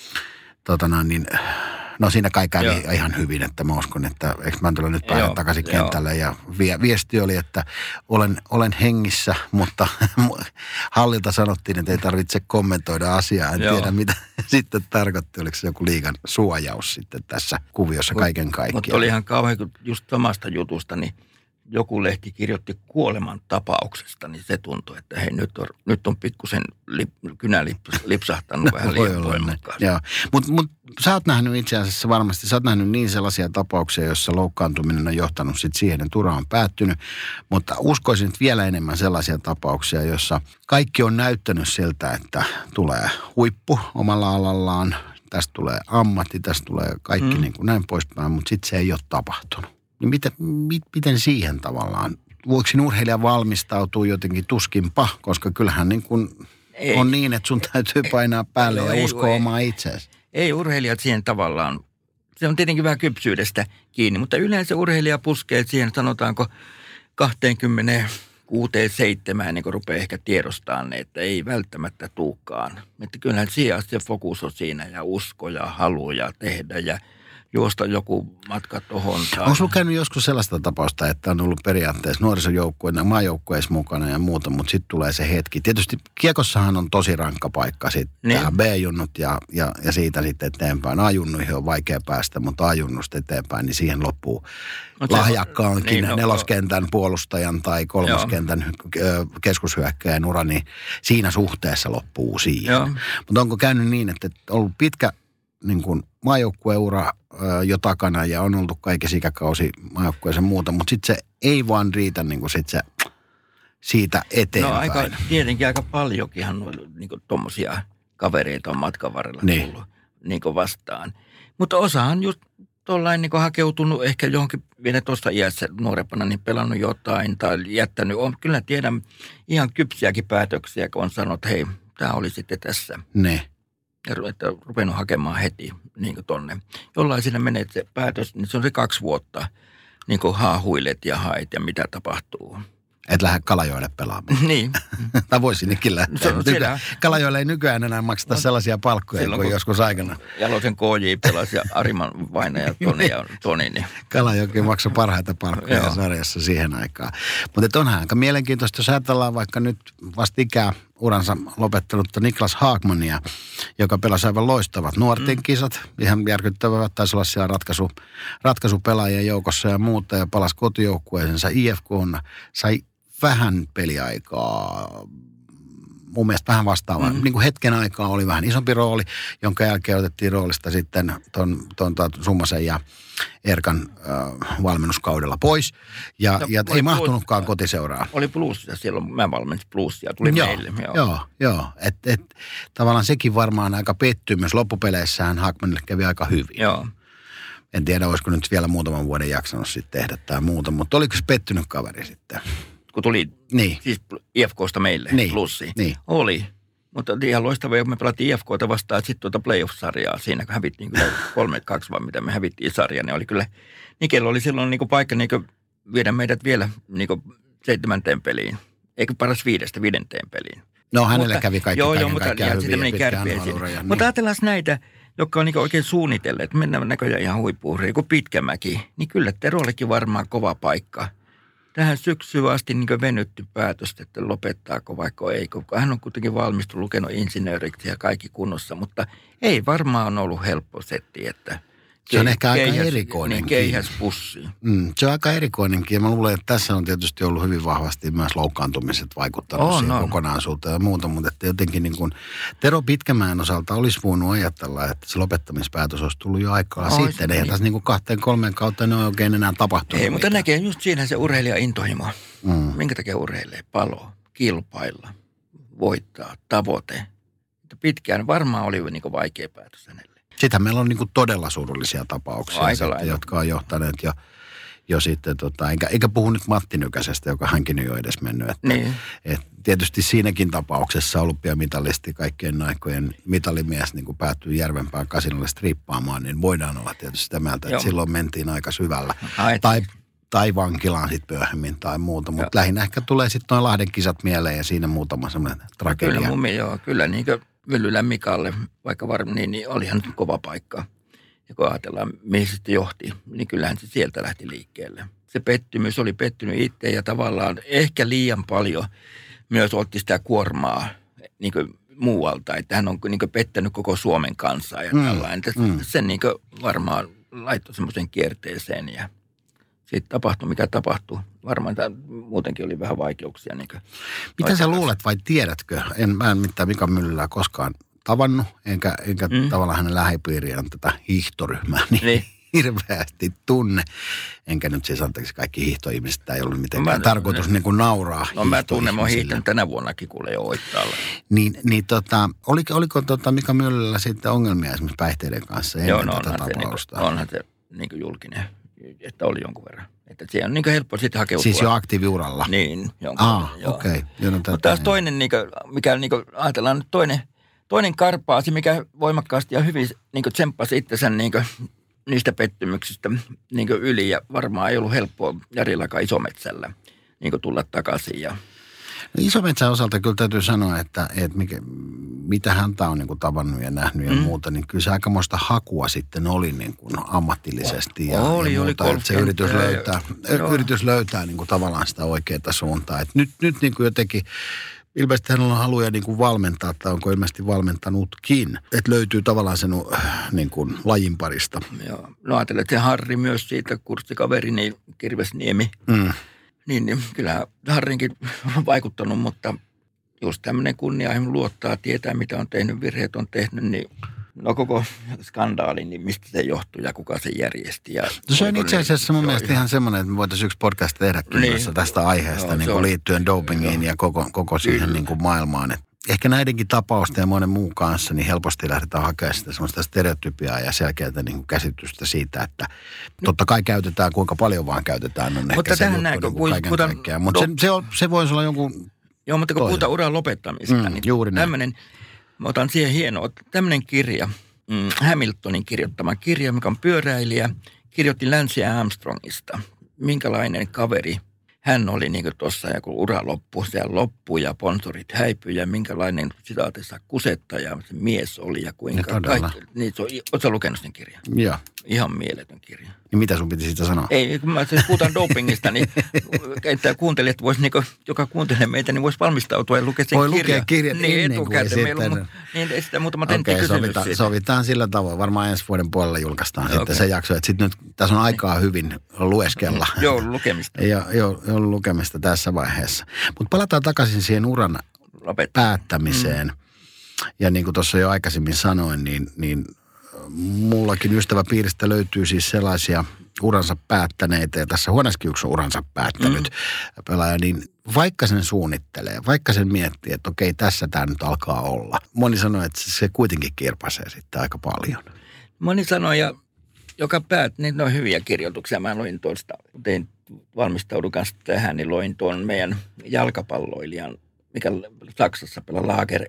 no siinä kai kävi ihan hyvin, että mä uskon, että eikö mä tullut nyt päivän takaisin kentälle ja viesti oli, että olen hengissä, mutta hallilta sanottiin, että ei tarvitse kommentoida asiaa. En tiedä, mitä sitten tarkoitti, oliko se joku liigan suojaus sitten tässä kuviossa kaiken kaikkiaan. Mutta oli ihan kauhean, kun just samasta jutusta, niin joku lehti kirjoitti kuoleman tapauksesta, niin se tuntui, että hei, nyt on pikkusen kynä lipsahtanut vähän liian voimakkaasti. Joo, mutta sä oot nähnyt itse asiassa varmasti, sä oot nähnyt niin sellaisia tapauksia, joissa loukkaantuminen on johtanut sitten siihen, että ura on päättynyt, mutta uskoisin että vielä enemmän sellaisia tapauksia, joissa kaikki on näyttänyt siltä, että tulee huippu omalla alallaan, tästä tulee ammatti, tästä tulee kaikki niin kuin näin poispäin, mutta sitten se ei ole tapahtunut. Niin miten siihen tavallaan? Voiko siinä urheilija valmistautua jotenkin tuskinpa, koska kyllähän niin kuin on niin, että sun täytyy painaa päälle ja uskoa omaa itseäsi. Ei urheilijat siihen tavallaan, se on tietenkin vähän kypsyydestä kiinni, mutta yleensä urheilija puskee siihen, sanotaanko 26-7, niin kun rupeaa ehkä tiedostamaan, että ei välttämättä tuukaan. Että kyllähän siihen se fokus on siinä ja usko ja halu ja tehdä ja juosta joku matka tohon. Onko sinulla käynyt joskus sellaista tapausta, että on ollut periaatteessa nuorisojoukkueena, maajoukkueessa mukana ja muuta, mutta sitten tulee se hetki. Tietysti kiekossahan on tosi rankka paikka sitten. Niin. B-junnut ja siitä sitten eteenpäin. A-junnuihin on vaikea päästä, mutta A-junnusta eteenpäin, niin siihen loppuu lahjakkaankin neloskentän puolustajan tai kolmoskentän keskushyökkäjän ura, niin siinä suhteessa loppuu siihen. Mutta onko käynyt niin, että on ollut pitkä niin kuin maajoukkueura jo takana ja on oltu kaikessa ikäkausi maajoukkueessa muuta, mutta sitten se ei vaan riitä niin kuin sit se siitä eteenpäin. No tietenkin aika paljonkinhan niin kuin tommosia kavereita on matkan varrella tullut niin kuin vastaan. Mutta osahan just tuollain niin kuin hakeutunut ehkä johonkin vielä tuossa iässä nuorempana, niin pelannut jotain tai jättänyt. Kyllä tiedän ihan kypsiäkin päätöksiä, kun on sanonut, että hei, tämä oli sitten tässä. Ne. Ja rupenut hakemaan heti niin kuin tonne. Jollain siinä menee se päätös, niin se on se 2 vuotta, niin kuin haahuilet ja haet ja mitä tapahtuu. Et lähde Kalajoelle pelaamaan. Niin. Tai voi sinnekin lähteä. Kalajoelle ei nykyään enää makseta sellaisia palkkoja silloin, kuin joskus aikana. Jalosen KJ pelasi ja Ariman Vainaja ja Toni. Niin. Kalajoki maksoi parhaita palkkoja sarjassa siihen aikaan. Mutta onhan aika mielenkiintoista, jos ajatellaan vaikka nyt vastikään uransa lopettanutta Niklas Haagmania, joka pelasi aivan loistavat nuorten kisat. Ihan järkyttävät, taisi olla siellä ratkaisupelaajien joukossa ja muuta ja palasi kotijoukkueensa IFK:na. Sai vähän peliaikaa, mun mielestä vähän vastaavaa. Niin kuin hetken aikaa oli vähän isompi rooli, jonka jälkeen otettiin roolista sitten ton Summasen ja Erkan valmennuskaudella pois. Ja ei mahtunutkaan kotiseuraa. Oli Bluesia, silloin mä valmensin Bluesia, tuli meille. Joo. Tavallaan sekin varmaan aika pettymys. Loppupeleissähän Haagmanille kävi aika hyvin. Joo. En tiedä, olisiko nyt vielä muutaman vuoden jaksanut sitten tehdä tai muuta, mutta oliko se pettynyt kaveri sitten? Kun tuli siis IFK:sta meille plussiin. Niin. Oli. Mutta ihan loistavaa, kun me pelattiin IFK:ta vastaan sitten playoff-sarjaa. Siinä kun hävittiin kyllä 3-2, vaan mitä me hävittiin sarjaa, niin oli kyllä, Nikellä oli silloin niin paikka niin viedä meidät vielä niin 7. peliin. Eikö paras 5. peliin. No hänelle kävi kaikki kaikkiaan hyviä. Mutta ajatellaan näitä, jotka on niin oikein suunnitelleet, että mennään näköjään ihan huippu-urheiluun, joku Pitkämäki, niin kyllä Terollekin varmaan kova paikka. Tähän syksyyn asti niin venytty päätöstä, että lopettaako vaikka ei, kun hän on kuitenkin valmistunut, lukenut insinööriksi ja kaikki kunnossa, mutta ei varmaan ollut helppo setti, että Se on ehkä aika erikoinenkin. Niin, keihäspussi. Se on aika erikoinenkin. Ja mä luulen, että tässä on tietysti ollut hyvin vahvasti myös loukkaantumiset vaikuttanut siihen kokonaisuuteen ja muuta. Mutta että jotenkin niin kuin Tero Pitkämäen osalta olisi voinut ajatella, että se lopettamispäätös olisi tullut jo aikaa sitten. Eihän tässä niin kuin 2-3 kautta ne on oikein enää tapahtunut. Ei, mutta näkee just siinä se urheilija intohimo. Minkä takia urheilee? Palo, kilpailla, voittaa, tavoite. Pitkään varmaan oli niin kuin vaikea päätös hänelle. Sitten meillä on niin kuin todella surullisia tapauksia, sitten, jotka on johtaneet jo sitten, eikä puhu nyt Matti Nykäsestä, joka hänkin ei ole edes mennyt. Että tietysti siinäkin tapauksessa olympiamitalisti, kaikkien aikojen mitalimies niin kuin päättyy Järvenpään kasinolle strippaamaan, niin voidaan olla tietysti sitä mieltä, että silloin mentiin aika syvällä. Tai vankilaan sitten myöhemmin tai muuta, mutta lähinnä ehkä tulee sitten noin Lahden kisat mieleen ja siinä muutama semmoinen tragedia. Kyllä niin kuin Myllylän Mikalle, vaikka varmaan niin olihan nyt kova paikka. Ja kun ajatellaan, mihin se johti, niin kyllähän se sieltä lähti liikkeelle. Se pettymys oli pettynyt itse ja tavallaan ehkä liian paljon myös otti sitä kuormaa niin kuin muualta. Että hän on niin kuin pettänyt koko Suomen kansaa ja tällainen. Sen niin kuin varmaan laittoi semmoisen kierteeseen ja sitten tapahtui, mitä tapahtui. Varmaan muutenkin oli vähän vaikeuksia. Niin mitä sä luulet vai tiedätkö? Mä en mitään Mika Myllylää koskaan tavannut, enkä tavallaan hänen lähipiiriään tätä hiihtoryhmää niin hirveästi tunne. Enkä nyt siis anteeksi kaikki hiihtoihmiset, ei ollut mitenkään tarkoitus niin kuin nauraa. No mä tunnen, mä oon hiihtänyt tänä vuonnakin kuule jo Oittaalla. Oliko Mika Myllyllä sitten ongelmia esimerkiksi päihteiden kanssa ennen tätä tapausta? Onhan se niin kuin julkinen. Että oli jonkun verran. Että siihen on niin helppo sitten hakeutua. Siis jo aktiiviuralla? Niin, jonkun verran. Okei. Mutta taas toinen, mikä ajatellaan nyt toinen karpaasi, mikä voimakkaasti ja hyvin tsemppasi itsensä niistä pettymyksistä yli. Ja varmaan ei ollut helppoa Jarillakaan Isometsällä tulla takaisin. Ja Isometsän osalta kyllä täytyy sanoa, että mitä häntä on tavannut ja nähnyt ja muuta, niin kyllä se aikamoista hakua sitten oli ammatillisesti ja muuta. Että se yritys löytää tavallaan sitä oikeaa suuntaa. Et nyt jotenkin ilmeisesti hänellä on haluja valmentaa, tai onko ilmeisesti valmentanutkin, että löytyy tavallaan sen lajin parista. Joo. No ajatellen, että se Harri myös siitä kurssikaveri, niin Kirvesniemi. Niin kyllä Harrinkin on vaikuttanut, mutta just tämmöinen kunnianhimo luottaa, tietää mitä on tehnyt, virheet on tehnyt, niin koko skandaali, niin mistä se johtuu ja kuka se järjesti. Ja se on itse asiassa mun mielestä ihan semmoinen, että me voitaisiin yksi podcast tehdäkin tästä aiheesta liittyen dopingiin ja koko siihen maailmaan. Et ehkä näidenkin tapausten ja monen muun kanssa niin helposti lähdetään hakemaan sitä semmoista stereotypiaa ja selkeää käsitystä siitä, että totta kai käytetään, kuinka paljon vaan käytetään, on mutta ehkä se juttu kaiken kaikkiaan. Mutta se voisi olla jonkun. Joo, mutta kun puhutaan uran lopettamista, niin juuri tämmöinen, mä otan siihen hienoa, tämmöinen kirja, Hamiltonin kirjoittama kirja, mikä on pyöräilijä, kirjoitti Lance Armstrongista. Minkälainen kaveri hän oli tuossa, ja kun ura loppui, se loppui ja sponsorit häipyi, ja minkälainen sitaatissa kusettaja se mies oli, ja kuinka kaikki. Niin, ootko lukenut sen kirjan? Joo. Ihan mieletön kirja. Niin mitä sun piti siitä sanoa? Ei, kun puhutaan dopingista, niin että kuuntelijat vois, joka kuuntelee meitä, niin voisi valmistautua ja lukea sen kirjan. Voi lukea kirjan niin etukäteen. Meillä on sitä muutama tentti kysymys. Sovitaan sillä tavoin. Varmaan ensi vuoden puolella julkaistaan sitten se jakso. Että sitten nyt tässä on aikaa hyvin lueskella. Lukemista. Joo, lukemista tässä vaiheessa. Mutta palataan takaisin siihen uran päättämiseen. Ja niin kuin tuossa jo aikaisemmin sanoin, niin mullakin ystäväpiiristä löytyy siis sellaisia uransa päättäneitä, ja tässä huoneessakin yksi on uransa päättänyt pelaaja, niin vaikka sen suunnittelee, vaikka sen miettii, että okei, tässä tämä nyt alkaa olla. Moni sanoo, että se kuitenkin kirpaisee sitten aika paljon. Moni sanoo, ja joka niin ne on hyviä kirjoituksia. Mä luin tuosta, tein valmistaudun kanssa tähän, niin loin tuon meidän jalkapalloilijan, mikä Saksassa pelaa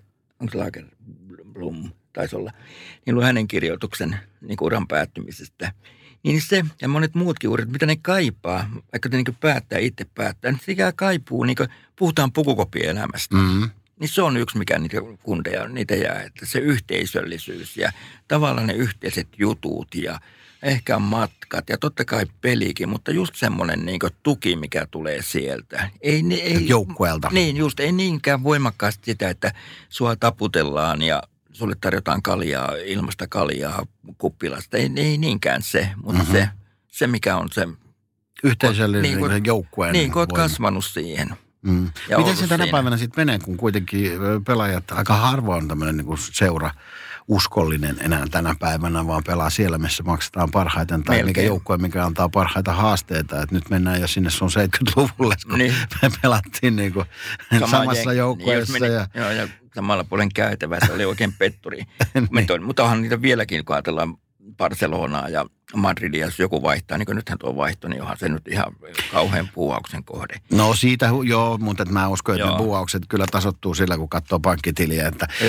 Lagerblom, taisi olla, niin luin hänen kirjoituksen uran päättymisestä. Niin se ja monet muutkin urat, mitä ne kaipaa, vaikka ne itse päättää, niin se kaipuu, puhutaan pukukopielämästä. Niin se on yksi, mikä niitä jää, että se yhteisöllisyys ja tavallaan ne yhteiset jutut ja ehkä matkat ja totta kai pelikin, mutta just semmoinen tuki, mikä tulee sieltä. Joukkueelta. Niin just, ei niinkään voimakkaasti sitä, että sua taputellaan ja sulle tarjotaan kaljaa, ilmasta kaljaa kuppilasta. Ei niinkään se, mutta se mikä on se yhteisöllinen joukkueen. Niin, kun olet kasvanut siihen. Miten se tänä päivänä sitten menee, kun kuitenkin pelaajat aika harvoin on tämmöinen niin kuin seura uskollinen enää tänä päivänä, vaan pelaa siellä, missä maksetaan parhaiten, tai mikä joukkue, mikä antaa parhaita haasteita. Et nyt mennään jo sinne sun 70-luvulle, kun me pelattiin niin kuin samassa joukkueessa. Ja samalla puolen käytävä, se oli oikein petturi. Mutta onhan niitä vieläkin, kun ajatellaan Barcelonaa ja Madridia, jos joku vaihtaa, niin kuin nythän tuo vaihto, niin onhan se nyt ihan kauhean puuauksen kohde. No siitä, mutta mä uskon, että ne puuaukset kyllä tasoittuu sillä, kun katsoo pankkitiliä.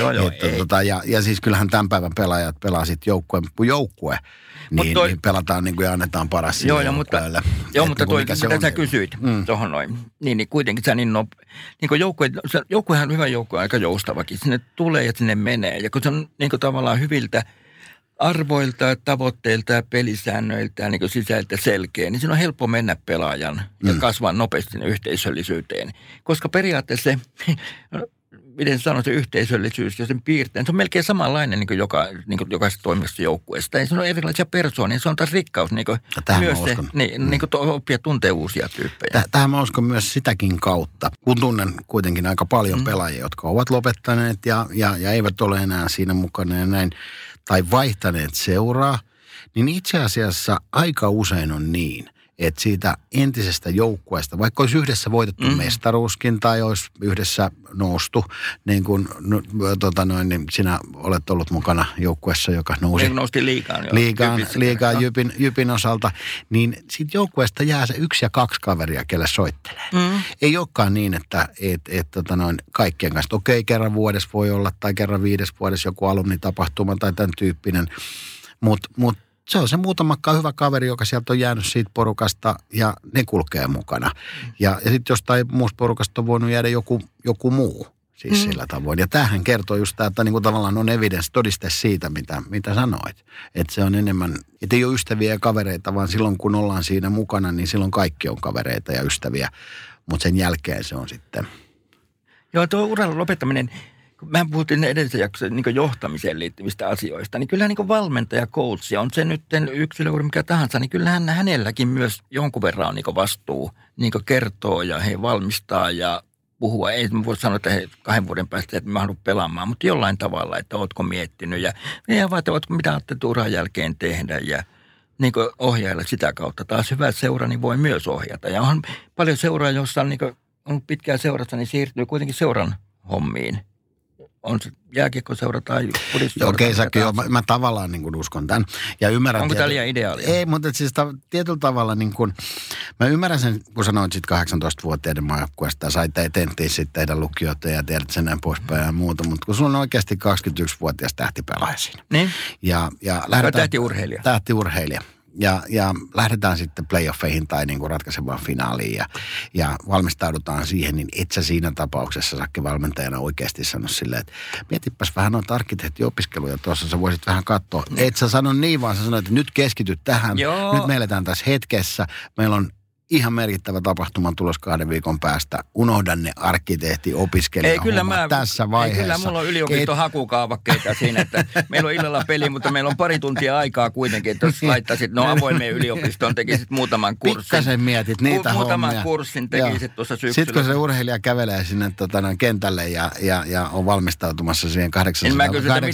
Ja siis kyllähän tämän päivän pelaajat pelaa sitten joukkue. Niin pelataan niin kuin ja annetaan paras sille joukkueelle. Mutta mitä sä kysyit tuohon noin, niin kuitenkin sä niin kuin joukkuehan on hyvä joukkue, aika joustavakin. Sinne tulee ja sinne menee. Ja kun se on niin kuin tavallaan hyviltä arvoilta, tavoitteilta ja pelisäännöiltä ja niin sisältä selkeä, niin siinä on helppo mennä pelaajan ja kasvaa nopeasti sinne yhteisöllisyyteen. Koska periaatteessa se, miten sanoa, se yhteisöllisyys ja sen piirtein, se on melkein samanlainen niin kuin jokaisessa toimivassa joukkueessa. Ei se ole erilaisia persoonia, se on taas rikkaus. Niin kuin myös se, niin kuin oppia tuntee uusia tyyppejä. Tähän mä uskon myös sitäkin kautta, kun tunnen kuitenkin aika paljon pelaajia, jotka ovat lopettaneet ja eivät ole enää siinä mukana ja näin, tai vaihtaneet seuraa, niin itse asiassa aika usein on niin, että siitä entisestä joukkueesta, vaikka olisi yhdessä voitettu mestaruuskin tai olisi yhdessä noustu, niin kuin niin sinä olet ollut mukana joukkueessa, joka nousi liigaan Jypin osalta, niin siitä joukkueesta jää se 1 ja 2 kaveria, kelle soittelee. Ei olekaan niin, että kaikkien kanssa, okei, kerran vuodessa voi olla tai kerran 5 vuodessa joku alumnitapahtuma tai tämän tyyppinen, mutta se on se muutamakka hyvä kaveri, joka sieltä on jäänyt siitä porukasta ja ne kulkee mukana. Ja sitten jostain muusta porukasta on voinut jäädä joku muu siis sillä tavoin. Ja tämähän kertoo just tämä, että niinku tavallaan on evidence, todiste siitä, mitä sanoit. Että se on enemmän, että ei ole ystäviä ja kavereita, vaan silloin kun ollaan siinä mukana, niin silloin kaikki on kavereita ja ystäviä. Mutta sen jälkeen se on sitten. Joo, tuo uran lopettaminen. Mä puhuttiin edellisen jaksossa niin johtamiseen liittyvistä asioista, niin kyllähän niin valmentaja, coach, on se nyt yksilöuri mikä tahansa, niin kyllähän hänelläkin myös jonkun verran on niin vastuu niin kertoo ja he valmistaa ja puhua. Ei voi sanoa, että 2 vuoden päästä et mahdu pelaamaan, mutta jollain tavalla, että ootko miettinyt ja vaan, että mitä ajattelet uran jälkeen tehdä ja niin ohjailla sitä kautta. Taas hyvä seura niin voi myös ohjata ja on paljon seuraa, jossa on, on pitkään seurassa, niin siirtyy kuitenkin seuran hommiin. On se jääkiekkoseura tai pudisseura. Okei, Sakki, mä tavallaan niin kuin uskon tämän. Ja ymmärrän. Onko tämä liian ideaalia? Ei, mutta siis tietyllä tavalla niin kuin, mä ymmärrän sen, kun sanoit sitten 18-vuotiaiden maajoukkueesta ja sait tenttiin sitten tehdä lukiota ja tiedät sen näin poispäin ja muuta. Mutta kun sulla on oikeasti 21-vuotias tähtipelaaja siinä. Niin? Ja tähtiurheilija. Tähtiurheilija. Ja lähdetään sitten playoffeihin tai niin kuin ratkaisevaan finaaliin ja valmistaudutaan siihen, niin et sä siinä tapauksessa Sakki valmentajana oikeasti sano silleen, että mietipäs vähän noita arkkitehtiopiskeluja tuossa, sä voisit vähän katsoa. Et sä sano niin, vaan sä sanoit, että nyt keskityt tähän, nyt me eletään tässä hetkessä, meillä on ihan merkittävä tapahtuman tulos 2 viikon päästä. Unohdan ne arkkitehtiopiskelijahommat tässä vaiheessa. Kyllä mulla on yliopiston hakukaavakkeita siinä, että meillä on illalla peli, mutta meillä on pari tuntia aikaa kuitenkin, että jos laittaisit avoimeen yliopistoon, tekisit muutaman kurssin. Pikkasen mietit niitä muutaman hommia. Kurssin tekisit tuossa syksyllä. Sitten kun se urheilija kävelee sinne kentälle ja on valmistautumassa siihen 800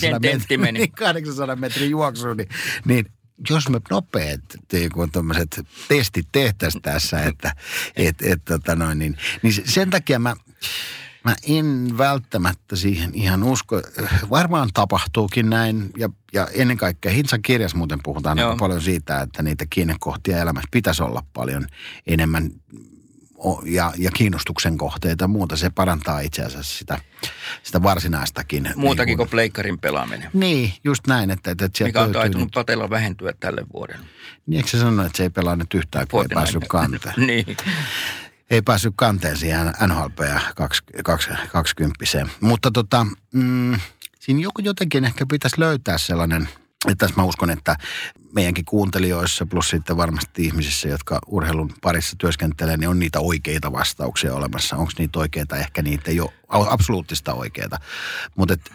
metrin juoksuun, niin jos me nopeat tuommoiset testit tehtäisiin tässä, niin sen takia mä en välttämättä siihen ihan usko. Varmaan tapahtuukin näin ja ennen kaikkea Hintsan kirjassa muuten puhutaan aika paljon siitä, että niitä kiinnekohtia elämässä pitäisi olla paljon enemmän ja kiinnostuksen kohteita ja muuta. Se parantaa itse asiassa sitä varsinaistakin. Muutakin niin kuin pleikkarin pelaaminen. Niin, just näin. Että mikä on taitunut Patella vähentyä tälle vuodelle. Niin, eikö se sano, että se ei pelaa nyt yhtään, kun ei päässyt kanteen? Niin. Ei päässyt kanteen siihen NHLP 20. Mutta siinä jotenkin ehkä pitäisi löytää sellainen, että tässä mä uskon, että meidänkin kuuntelijoissa plus sitten varmasti ihmisissä, jotka urheilun parissa työskentelee, niin on niitä oikeita vastauksia olemassa. Onko niitä oikeita? Ehkä niitä ei ole absoluuttista oikeita. Mutta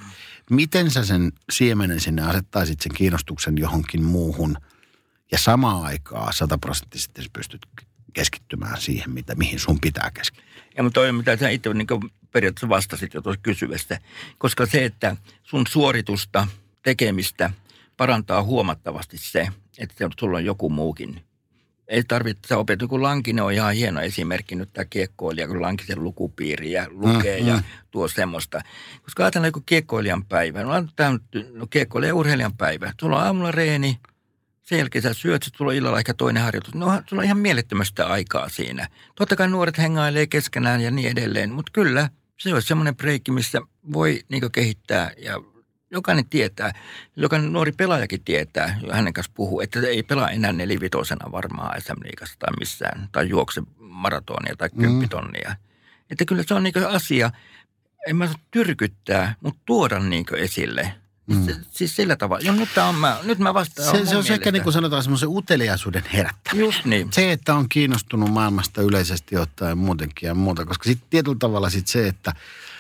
miten sä sen siemenen sinne asettaisit sen kiinnostuksen johonkin muuhun ja samaan aikaan 100% pystyt keskittymään siihen, mihin sun pitää keskittyä. Ja mutta toi, mitä sä itse niin periaatteessa vastasit jo tuossa kysyvästä, koska se, että sun suoritusta, tekemistä parantaa huomattavasti se, että sulla on joku muukin. Ei tarvitse opettaa, kun Lankinen on ihan hieno esimerkki nyt tämä kiekkoilija, kun Lankisen lukupiiri ja lukee ja tuo semmoista. Koska ajatellaan joku kiekkoilijan päivä, kiekkoilijan urheilijan päivä, sulla on aamulla reeni, sen jälkeen sä syöt, sitten sulla on illalla ehkä toinen harjoitus. No, sulla on ihan mielettömästä aikaa siinä. Totta kai nuoret hengailee keskenään ja niin edelleen, mutta kyllä se olisi semmoinen breikki, missä voi niin kehittää ja jokainen tietää, jokainen nuori pelaajakin tietää, jo hänen kanssa puhuu, että ei pelaa enää 4-5 varmaan SM-liigassa tai missään, tai juokse maratonia tai 10 tonnia. Että kyllä se on niin asia, en mä saa tyrkyttää, mutta tuoda niin esille. Siis sillä tavalla. Jo, nyt mä vastaan. Se on ehkä niin kuin sanotaan semmoisen uteliaisuuden herättäminen. Just niin. Se, että on kiinnostunut maailmasta yleisesti ottaen muutenkin ja muuta. Koska sitten tietyllä tavalla sit se, että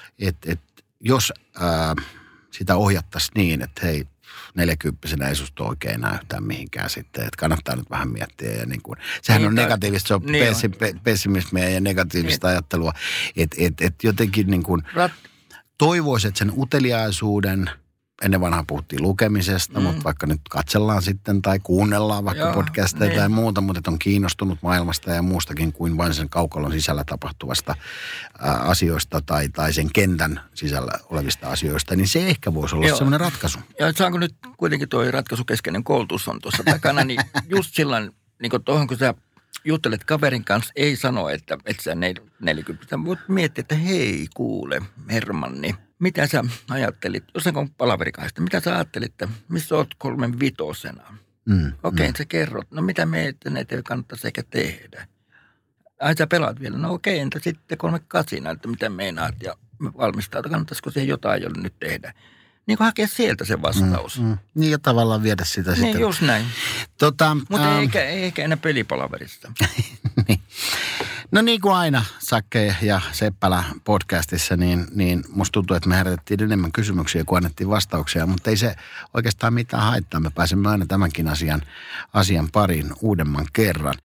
jos sitä ohjattaisiin niin, että hei, 40-vuotiaana ei susta oikein näy yhtään mihinkään sitten. Että kannattaa nyt vähän miettiä. Ja niin kuin, sehän on negatiivista, se on pessimismiä ja negatiivista ajattelua. Että jotenkin niin kuin toivoisin, että sen uteliaisuuden, ennen vanhaa puhuttiin lukemisesta, mutta vaikka nyt katsellaan sitten tai kuunnellaan vaikka podcasteja tai muuta, mutta että on kiinnostunut maailmasta ja muustakin kuin vain sen kaukalon sisällä tapahtuvasta asioista tai sen kentän sisällä olevista asioista, niin se ehkä voisi olla semmoinen ratkaisu. Ja saanko nyt kuitenkin tuo ratkaisukeskeinen koulutus on tuossa takana, niin just silloin, niin kuin tuohon kun sä juttelet kaverin kanssa, ei sano, että sä 40, voit miettiä, että hei kuule Hermanni, mitä sä ajattelit, jos on palaverikaista, mitä sä ajattelit, että missä oot 35? Okei, sä kerrot, no mitä meitä ei kannattaisi ehkä tehdä. Ai sä pelaat vielä, no okei, entä sitten 38, että mitä meinaat ja valmistautua, kannattaisiko siihen jotain, jolle nyt tehdä. Niin kuin hakea sieltä se vastaus. Niin ja tavallaan viedä sitä sitten. Niin just näin. Mutta ei ehkä enää pelipalaverista. Niin. No niin kuin aina Sakke ja Seppälä podcastissa, niin musta tuntuu, että me herätettiin enemmän kysymyksiä kuin annettiin vastauksia, mutta ei se oikeastaan mitään haittaa. Me pääsemme aina tämänkin asian pariin uudemman kerran.